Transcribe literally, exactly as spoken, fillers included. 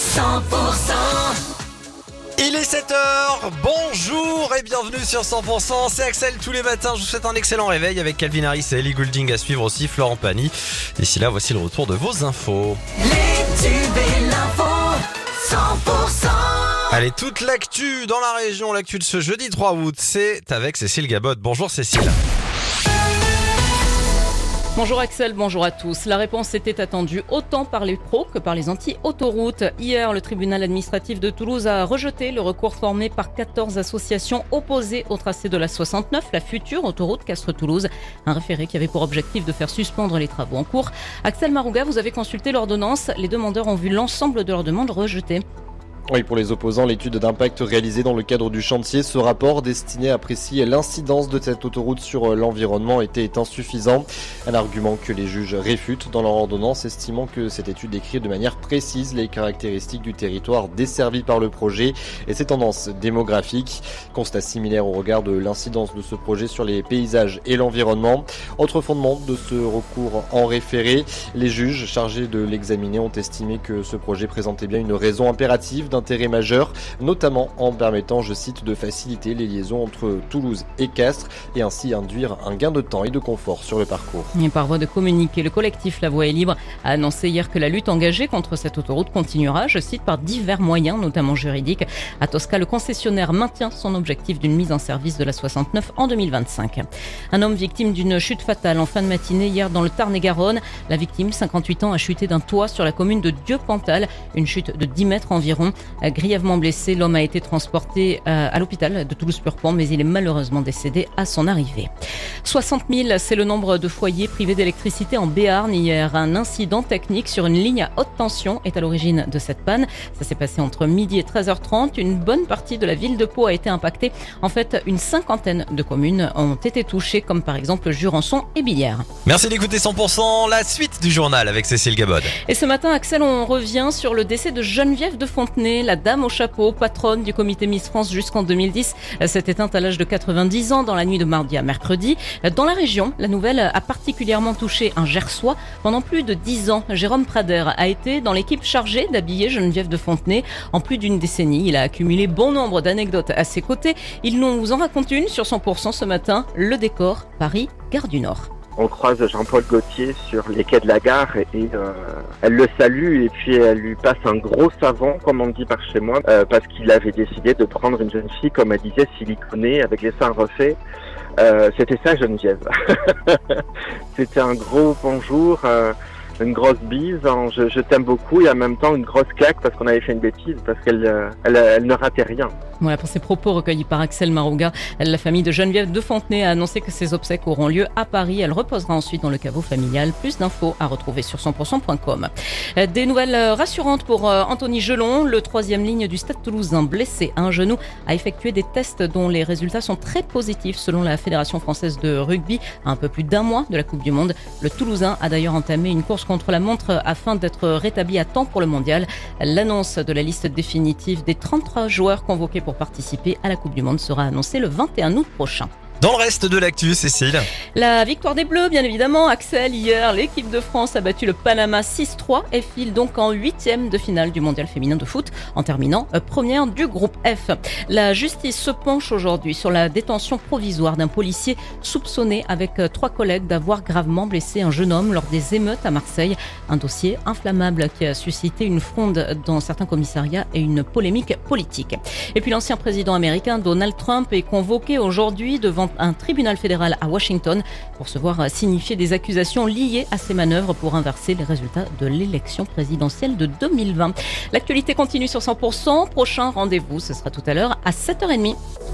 cent pour cent. Il est sept heures, bonjour et bienvenue sur cent pour cent, c'est Axel tous les matins, je vous souhaite un excellent réveil avec Calvin Harris et Ellie Goulding à suivre aussi, Florent Pagny. D'ici là, voici le retour de vos infos. Les tubes et l'info, cent pour cent. Allez, toute l'actu dans la région, l'actu de ce jeudi trois août, c'est avec Cécile Gabot. Bonjour Cécile. Bonjour Axel, bonjour à tous. La réponse était attendue autant par les pros que par les anti-autoroutes. Hier, le tribunal administratif de Toulouse a rejeté le recours formé par quatorze associations opposées au tracé de la soixante-neuf, la future autoroute Castres-Toulouse. Un référé qui avait pour objectif de faire suspendre les travaux en cours. Axel Marouga, vous avez consulté l'ordonnance. Les demandeurs ont vu l'ensemble de leurs demandes rejetées. Oui, pour les opposants, l'étude d'impact réalisée dans le cadre du chantier, ce rapport destiné à apprécier l'incidence de cette autoroute sur l'environnement était insuffisant. Un argument que les juges réfutent dans leur ordonnance, estimant que cette étude décrit de manière précise les caractéristiques du territoire desservi par le projet et ses tendances démographiques. Constat similaire au regard de l'incidence de ce projet sur les paysages et l'environnement. Autre fondement de ce recours en référé, les juges chargés de l'examiner ont estimé que ce projet présentait bien une raison impérative d'intérêt majeur, notamment en permettant, je cite, de faciliter les liaisons entre Toulouse et Castres et ainsi induire un gain de temps et de confort sur le parcours. Et par voie de communiqué, le collectif La Voie est libre a annoncé hier que la lutte engagée contre cette autoroute continuera, je cite, par divers moyens, notamment juridiques. À Tosca, le concessionnaire maintient son objectif d'une mise en service de la soixante-neuf en deux mille vingt-cinq. Un homme victime d'une chute fatale en fin de matinée hier dans le Tarn-et-Garonne. La victime, cinquante-huit ans, a chuté d'un toit sur la commune de Dieu-Pantal, une chute de dix mètres environ. Grièvement blessé, l'homme a été transporté à l'hôpital de Toulouse-Purpan, mais il est malheureusement décédé à son arrivée. soixante mille, c'est le nombre de foyers privés d'électricité en Béarn hier. Un incident technique sur une ligne à haute tension est à l'origine de cette panne. Ça s'est passé entre midi et treize heures trente. Une bonne partie de la ville de Pau a été impactée. En fait, une cinquantaine de communes ont été touchées, comme par exemple Jurançon et Billières. Merci d'écouter cent pour cent, la suite du journal avec Cécile Gabod. Et ce matin, Axel, on revient sur le décès de Geneviève de Fontenay, la dame au chapeau, patronne du comité Miss France jusqu'en deux mille dix. S'est éteinte à l'âge de quatre-vingt-dix ans dans la nuit de mardi à mercredi. Dans la région, la nouvelle a particulièrement touché un Gersois. Pendant plus de dix ans, Jérôme Prader a été dans l'équipe chargée d'habiller Geneviève de Fontenay. En plus d'une décennie, il a accumulé bon nombre d'anecdotes à ses côtés. Il nous en raconte une sur cent pour cent ce matin. Le décor, Paris, Gare du Nord. On croise Jean-Paul Gaultier sur les quais de la gare et, et euh, elle le salue et puis elle lui passe un gros savon, comme on dit par chez moi, euh, parce qu'il avait décidé de prendre une jeune fille, comme elle disait, siliconée, avec les seins refaits. Euh, c'était ça Geneviève. C'était un gros bonjour, euh, une grosse bise, hein, je, je t'aime beaucoup et en même temps une grosse claque parce qu'on avait fait une bêtise, parce qu'elle euh, elle, elle ne ratait rien. Voilà pour ces propos recueillis par Axel Marouga. La famille de Geneviève de Fontenay a annoncé que ses obsèques auront lieu à Paris. Elle reposera ensuite dans le caveau familial. Plus d'infos à retrouver sur cent pour cent point com. Des nouvelles rassurantes pour Anthony Gelon. Le troisième ligne du Stade Toulousain, blessé à un genou, a effectué des tests dont les résultats sont très positifs selon la Fédération française de rugby. À un peu plus d'un mois de la Coupe du Monde, le Toulousain a d'ailleurs entamé une course contre la montre afin d'être rétabli à temps pour le mondial. L'annonce de la liste définitive des trente-trois joueurs convoqués pour participer à la Coupe du Monde sera annoncée le vingt et un août prochain. Dans le reste de l'actu, Cécile. La victoire des Bleus, bien évidemment. Axel, hier, l'équipe de France a battu le Panama six trois et file donc en huitième de finale du mondial féminin de foot en terminant première du groupe F. La justice se penche aujourd'hui sur la détention provisoire d'un policier soupçonné avec trois collègues d'avoir gravement blessé un jeune homme lors des émeutes à Marseille. Un dossier inflammable qui a suscité une fronde dans certains commissariats et une polémique politique. Et puis l'ancien président américain Donald Trump est convoqué aujourd'hui devant un tribunal fédéral à Washington pour se voir signifier des accusations liées à ses manœuvres pour inverser les résultats de l'élection présidentielle de deux mille vingt. L'actualité continue sur cent pour cent. Prochain rendez-vous, ce sera tout à l'heure à sept heures trente.